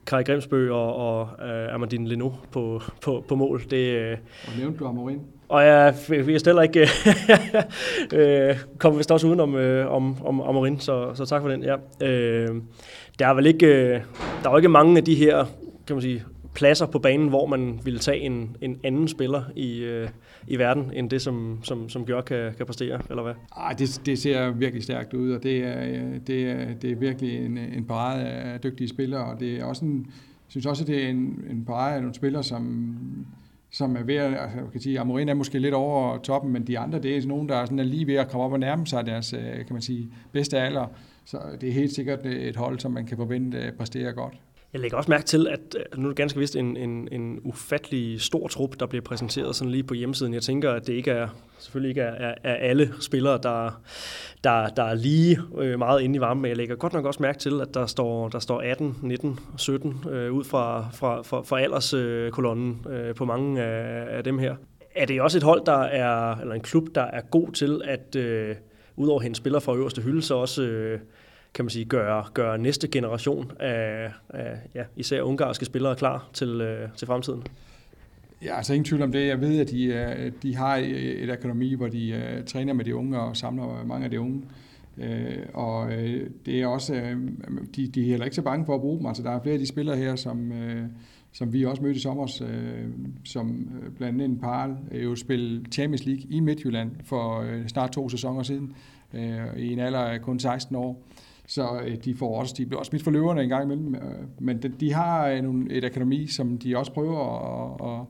[SPEAKER 2] Kai Grimsbø og Amandine Leno på mål.
[SPEAKER 3] Og nævnte du Amorin?
[SPEAKER 2] Og jeg stiller ikke kommer vist også uden om Amorin, så tak for den. Ja. Der er jo ikke mange af de her, kan man sige, pladser på banen, hvor man ville tage en anden spiller i verden, end det, som Gjør kan præstere, eller hvad?
[SPEAKER 3] Det ser virkelig stærkt ud, og det er virkelig en parade af dygtige spillere, og det er også synes også, at det er en parade af nogle spillere, som er ved at, altså, jeg kan sige, Amorin er måske lidt over toppen, men de andre, det er nogen, der er sådan lige ved at komme op og nærme sig deres, kan man sige, bedste alder. Så det er helt sikkert et hold, som man kan forvente præsterer godt.
[SPEAKER 2] Jeg lægger også mærke til, at nu er det ganske vist en ufattelig stor trup, der bliver præsenteret sådan lige på hjemmesiden. Jeg tænker, at det selvfølgelig ikke er alle spillere, der er lige meget inde i varmen, men jeg lægger godt nok også mærke til, at der står 18, 19, 17 ud fra alderskolonnen på mange af dem her. Er det også et hold, eller en klub, der er god til at udover hendes spillere fra øverste hylde, så også kan man sige, gøre næste generation af især ungarske spillere klar til fremtiden?
[SPEAKER 3] Ja, altså ingen tvivl om det. Jeg ved, at de har et akademi, hvor de træner med de unge og samler mange af de unge. Og det er også, de er heller ikke så bange for at bruge dem. Altså, der er flere af de spillere her, som vi også mødte i sommer, som blandt andet Parl jo spillede Champions League i Midtjylland for snart 2 sæsoner siden, i en alder af kun 16 år. Så de bliver også smidt for løverne en gang imellem, men de har et akademi, som de også prøver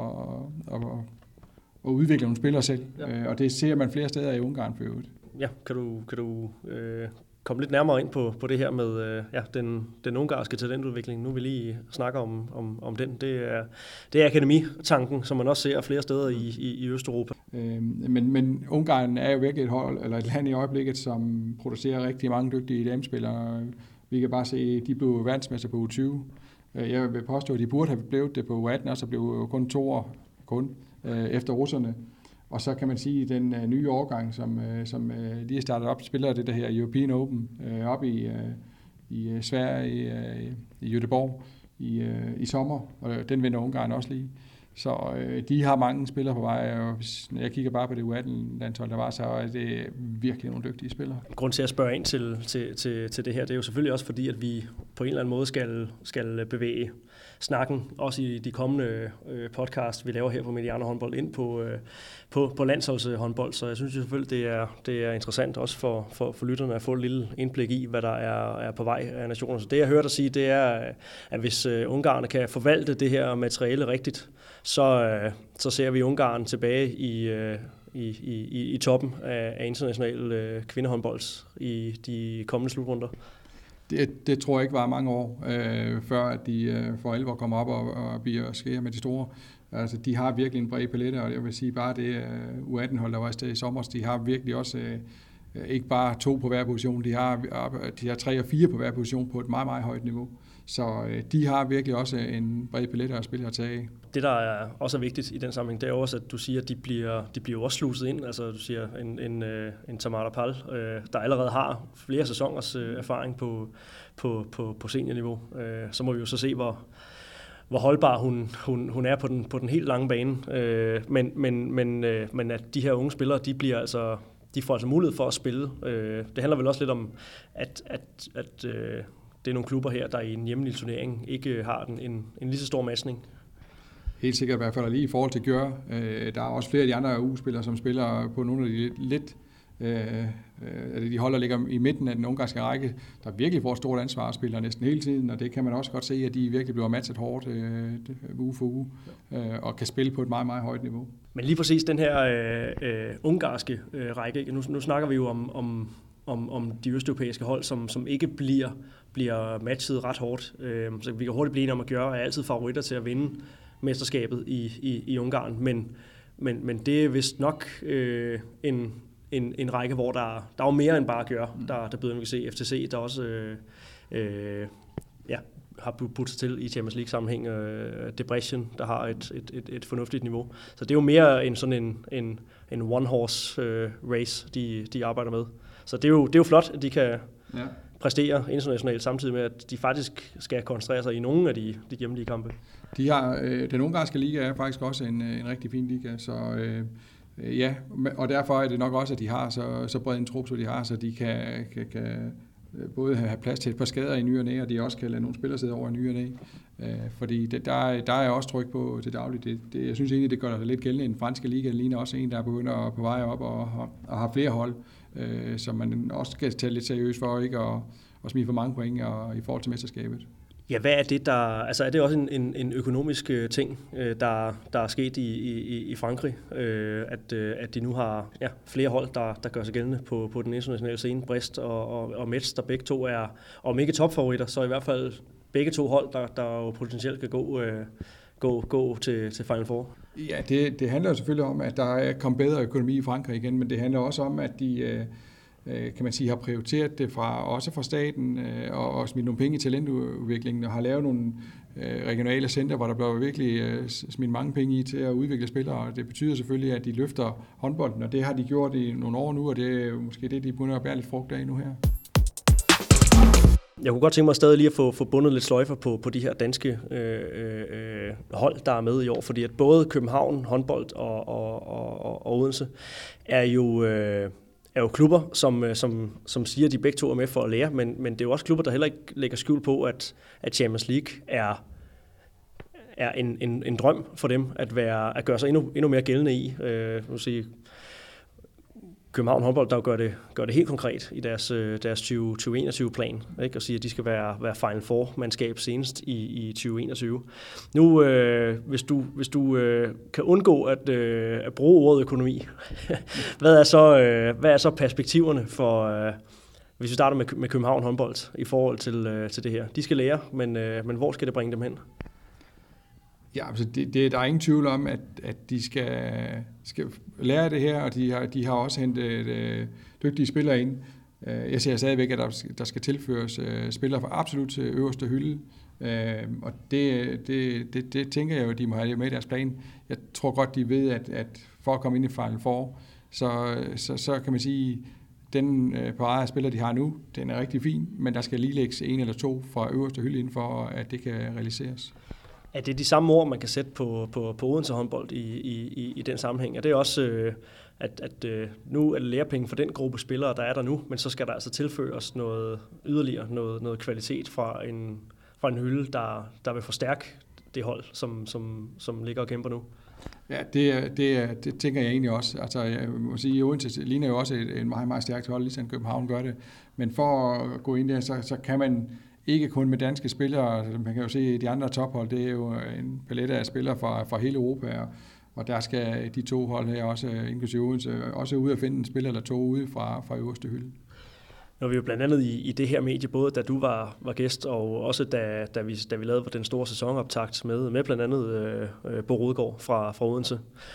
[SPEAKER 3] at udvikle nogle spillere selv, og det ser man flere steder i Ungarn for øvrigt. Ja,
[SPEAKER 2] kan du komme lidt nærmere ind på det her med den ungarske talentudvikling? Nu vil vi lige snakke om den. Det er akademitanken, som man også ser flere steder i Østeuropa.
[SPEAKER 3] Men Ungarn er jo virkelig et hold, eller et land i øjeblikket, som producerer rigtig mange dygtige damespillere. Vi kan bare se, at de blev verdensmester på U20. Jeg vil påstå, at de burde have blevet det på U18, og så blev jo kun 2 år efter russerne. Og så kan man sige, at den nye årgang, som lige er startet op, spiller det der her European Open op i Sverige, i Göteborg i sommer, og den vinder Ungarn også lige. Så de har mange spillere på vej, og når jeg kigger bare på det U18-landshold, der var, så er det virkelig nogle dygtige spillere.
[SPEAKER 2] Grunden til at spørge ind til det her, det er jo selvfølgelig også fordi, at vi på en eller anden måde skal bevæge snakken, også i de kommende podcast, vi laver her på Mediano Håndbold, ind på landsholdshåndbold. Så jeg synes selvfølgelig, det er interessant også for lytterne at få et lille indblik i, hvad der er på vej af nationer. Så det, jeg hørte dig sige, det er, at hvis ungarerne kan forvalte det her materiale rigtigt, så ser vi Ungarn tilbage i toppen af international kvindehåndbold i de kommende slutrunder.
[SPEAKER 3] Det tror jeg ikke var mange år, før at de for alvor kommer op og bliver skære med de store. Altså, de har virkelig en bred palette, og jeg vil sige bare det U18-hold, der var afsted i sommer, de har virkelig også ikke bare 2 på hver position, de har 3 og 4 på hver position på et meget, meget højt niveau. Så de har virkelig også en bred palette at spille og tage af. Det,
[SPEAKER 2] der også er vigtigt i den sammenhæng, det er også, at du siger, at de bliver også sluset ind. Altså, du siger en Tamara Pal, der allerede har flere sæsoners erfaring på seniorniveau. Så må vi jo så se, hvor holdbar hun er på den helt lange bane. Men at de her unge spillere, de får altså mulighed for at spille. Det handler vel også lidt om, at det er nogle klubber her, der i en hjemlig turnering ikke har en lige så stor matchning.
[SPEAKER 3] Helt sikkert i hvert fald lige i forhold til Gjør. Der er også flere af de andre U-spillere, som spiller på nogle af de lidt de hold, der ligger i midten af den ungarske række, der virkelig får et stort ansvar og spiller næsten hele tiden, og det kan man også godt se, at de virkelig bliver matchet hårdt uge for uge, og kan spille på et meget, meget højt niveau.
[SPEAKER 2] Men lige præcis den her ungarske række, nu snakker vi jo om de østeuropæiske hold, som ikke bliver matchet ret hårdt. Så vi kan hurtigt blive enige om at Gjør er altid favoritter til at vinde mesterskabet i Ungarn, men det er vist nok en række, hvor der er jo mere end bare Gjør, der byder, vi kan se FTC, der også har budt sig til i Champions League sammenhæng, Debrecen, der har et fornuftigt niveau. Så det er jo mere end sådan en one-horse race, de arbejder med. Så det er jo flot, at præstere internationalt, samtidig med, at de faktisk skal koncentrere sig i nogle af de hjemlige kampe.
[SPEAKER 3] Den ungarske liga er faktisk også en rigtig fin liga, så ja, og derfor er det nok også, at de har så bred en trup, så de har, så de kan både have plads til et par skader i ny og næ, og de også kan lade nogle spillere sidde over i ny og næ. Fordi der er også tryk på til dagligt. Jeg synes egentlig, det gør det lidt gældende. Den franske liga ligner også en, der begynder på vej op og har flere hold, som man også skal tage lidt seriøst for, ikke at smide for mange point i forhold til mesterskabet.
[SPEAKER 2] Ja, hvad er det, altså er det også en økonomisk ting, der er sket i Frankrig, at de nu har flere hold, der gør sig gældende på den internationale scene, Brest og Metz, der begge to er, om ikke topfavoritter, så i hvert fald begge to hold, der jo potentielt kan gå til Final Four.
[SPEAKER 3] Ja, det handler jo selvfølgelig om, at der er kommet bedre økonomi i Frankrig igen, men det handler også om, at de kan man sige, har prioriteret det også fra staten og smidt nogle penge i talentudviklingen og har lavet nogle regionale center, hvor der bliver virkelig smidt mange penge i til at udvikle spillere, og det betyder selvfølgelig, at de løfter håndbolden, og det har de gjort i nogle år nu, og det er måske det, de begynder at bære lidt frugt af nu her.
[SPEAKER 2] Jeg kunne godt tænke mig stadig lige at få bundet lidt sløjfer på de her danske hold, der er med i år, fordi at både København, håndbold og Odense er jo klubber, som siger, at de begge to er med for at lære, men det er jo også klubber, der heller ikke lægger skjul på, at Champions League er en drøm for dem at gøre sig endnu mere gældende i. København håndbold, der gør det helt konkret i deres 2021-plan, ikke? Og siger, at de skal være Final Four-mandskab senest i 2021. Nu, hvis du kan undgå at bruge ordet økonomi, hvad er så perspektiverne for, hvis vi starter med København håndbold i forhold til det her? De skal lære, men hvor skal det bringe dem hen?
[SPEAKER 3] Ja, altså der er ingen tvivl om, at de skal lære det her, og de har også hentet dygtige spillere ind. Jeg ser stadigvæk, at der skal tilføres spillere fra absolut til øverste hylde, og det tænker jeg jo, at de må have med i deres plan. Jeg tror godt, de ved, at for at komme ind i Final Four, så kan man sige, den parade af spillere, de har nu, den er rigtig fin, men der skal lige lægges en eller to fra øverste hylde ind for, at det kan realiseres.
[SPEAKER 2] Er det de samme ord, man kan sætte på Odense håndbold i den sammenhæng? Er det også, at nu er det lærepenge for den gruppe spillere, der er der nu, men så skal der altså tilføres noget yderligere, noget kvalitet fra en hylde, der vil forstærke det hold, som ligger og kæmper nu?
[SPEAKER 3] Ja, det tænker jeg egentlig også. Altså, jeg må sige, at Odense ligner jo også en meget, meget stærkt hold, ligesom København gør det. Men for at gå ind der, så kan man ikke kun med danske spillere, man kan jo se de andre tophold, det er jo en palette af spillere fra hele Europa, og der skal de to hold her også, inklusive Odense, også ud at finde en spiller eller to ude fra øverste hylde.
[SPEAKER 2] Når vi jo blandt andet i det her medie, både da du var gæst, og også da vi lavede den store sæsonoptakt med blandt andet Bo Rodegaard fra Odense,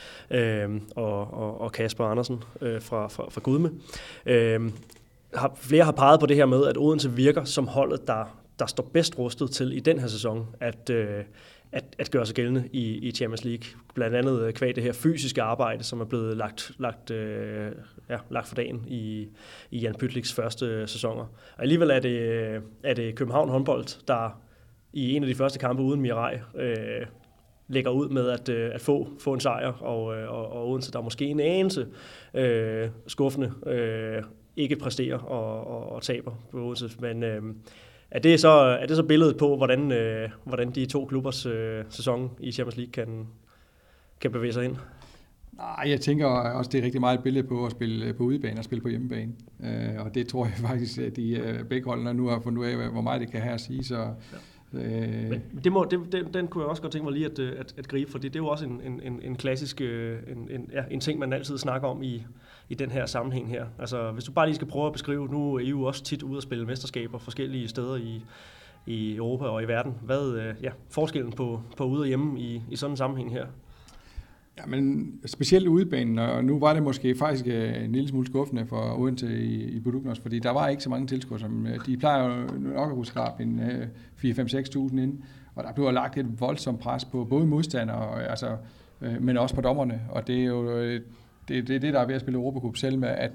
[SPEAKER 2] og Kasper Andersen fra Gudme. Flere har peget på det her med, at Odense virker som holdet, der står bedst rustet til i den her sæson at gøre sig gældende i Champions League. Blandt andet kvad det her fysiske arbejde, som er blevet lagt for dagen i Jan Pytliks første sæsoner. Og alligevel er det København håndbold, der i en af de første kampe uden Mirai lægger ud med at få en sejr, og Odense, der måske en anelse skuffende ikke præsterer og taber på Odense. Men er det så billedet på, hvordan de to klubbers sæson i Champions League kan bevæge sig ind?
[SPEAKER 3] Nej, jeg tænker også, det er rigtig meget et billede på at spille på udebane og spille på hjemmebane. Og det tror jeg faktisk, at de begge holdene nu har fundet ud af, hvor meget det kan have at sige. Så,
[SPEAKER 2] men den kunne jeg også godt tænke mig lige at gribe, for det er jo også en klassisk en ting, man altid snakker om i den her sammenhæng her. Altså, hvis du bare lige skal prøve at beskrive, nu er I jo også tit ude at spille mesterskaber forskellige steder i Europa og i verden. Hvad forskellen på ude og hjemme i sådan en sammenhæng her?
[SPEAKER 3] Ja, men specielt udebanen, og nu var det måske faktisk en lille smule skuffende for Odense i Buduknos, fordi der var ikke så mange tilskuere, som de plejer jo nok at kunne skrabe en 4-5-6.000 ind, og der blev lagt et voldsomt pres på både modstandere, men også på dommerne, og det er jo det der er ved at spille Europacup selv med,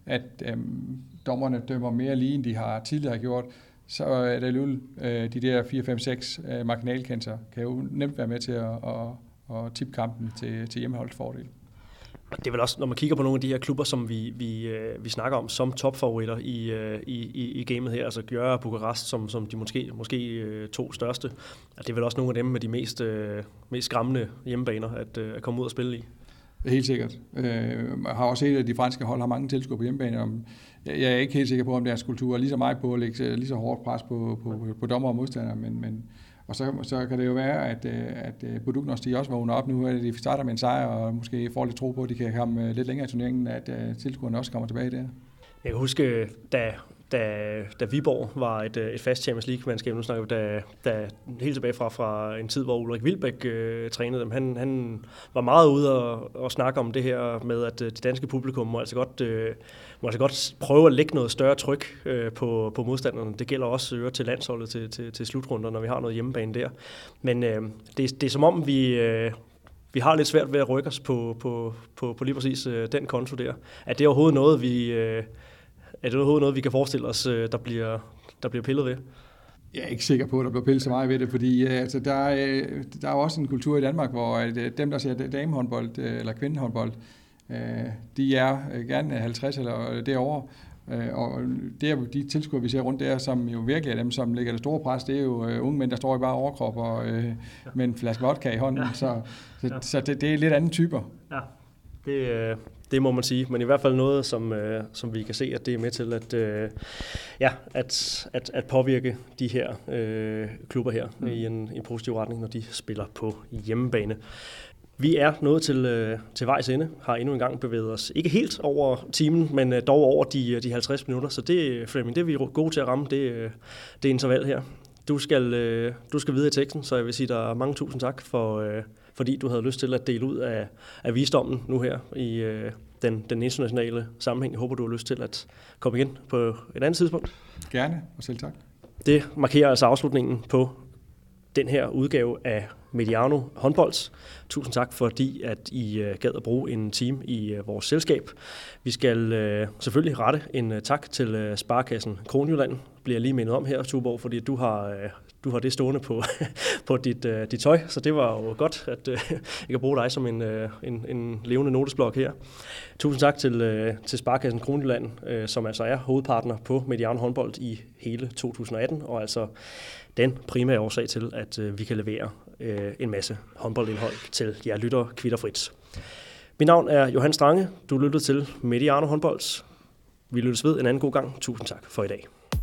[SPEAKER 3] at dommerne dømmer mere lige, end de har tidligere gjort, så er det alligevel de der 4-5-6 marginalkendelser kan jo nemt være med til at tippe kampen til hjemmeholdets fordel.
[SPEAKER 2] Det er vel også, når man kigger på nogle af de her klubber, som vi snakker om som topfavoritter i gamet her, altså Győr og Bukarest som de måske 2 største, og det er vel også nogle af dem med de mest skræmmende hjemmebaner at komme ud og spille i.
[SPEAKER 3] Helt sikkert. Jeg har også set, at de franske hold har mange tilskuere på hjemmebane. Jeg er ikke helt sikker på, om deres kultur er lige så meget på at lægge lige så hårdt pres på dommer og modstandere, men og så kan det jo være, at Buduknost de også vågner op nu, at de starter med en sejr, og måske får lidt tro på, at de kan komme lidt længere i turneringen, at tilskuerne også kommer tilbage der.
[SPEAKER 2] Jeg kan huske, da Viborg var et fast Champions League-mandskab, nu snakker vi, da helt tilbage fra en tid, hvor Ulrik Wilbæk trænede dem. Han var meget ude og snakke om det her med, at det danske publikum må altså godt prøve at lægge noget større tryk på modstanderne. Det gælder også til landsholdet til slutrunder, når vi har noget hjemmebane der. Men det er som om, vi har lidt svært ved at rykke os på lige præcis den konto der. Er det overhovedet noget, vi kan forestille os, der bliver pillet ved?
[SPEAKER 3] Jeg er ikke sikker på, at der bliver pillet så meget ved det, fordi der er jo også en kultur i Danmark, hvor dem, der ser damehåndbold eller kvindehåndbold, de er gerne 50 eller derovre. Og det er de tilskuere, vi ser rundt der, som jo virkelig er dem, som lægger det store pres, det er jo unge mænd, der står i bare overkrop og med en flaske vodka i hånden. Ja. Så det er lidt andre typer.
[SPEAKER 2] Ja, det må man sige, men i hvert fald noget, som vi kan se, at det er med til at påvirke de her klubber her i en positiv retning, når de spiller på hjemmebane. Vi er nået til vejs ende, har endnu en gang bevæget os ikke helt over timen, men dog over de 50 minutter, så det, Flemming, det er vi gode til at ramme, det interval her. Du skal videre i teksten, så jeg vil sige dig mange tusind tak, fordi du havde lyst til at dele ud af visdommen nu her i den internationale sammenhæng. Jeg håber, du har lyst til at komme igen på et andet tidspunkt.
[SPEAKER 3] Gerne, og selv tak.
[SPEAKER 2] Det markerer altså afslutningen på den her udgave af Mediano Håndbolds. Tusind tak, fordi at I gad at bruge en time i vores selskab. Vi skal selvfølgelig rette en tak til Sparekassen Kronjylland. Bliver lige mindet om her, Tuborg, fordi du har det stående på dit tøj, så det var jo godt, at jeg kan bruge dig som en levende notesblok her. Tusind tak til Sparekassen Kronjylland, som altså er hovedpartner på Mediano Håndbold i hele 2018, og altså den primære årsag til, at vi kan levere en masse håndboldindhold til jer lyttere kvitterfrit. Mit navn er Johan Strange. Du lyttede til Mediano Håndbolds. Vi lyttes ved en anden god gang. Tusind tak for i dag.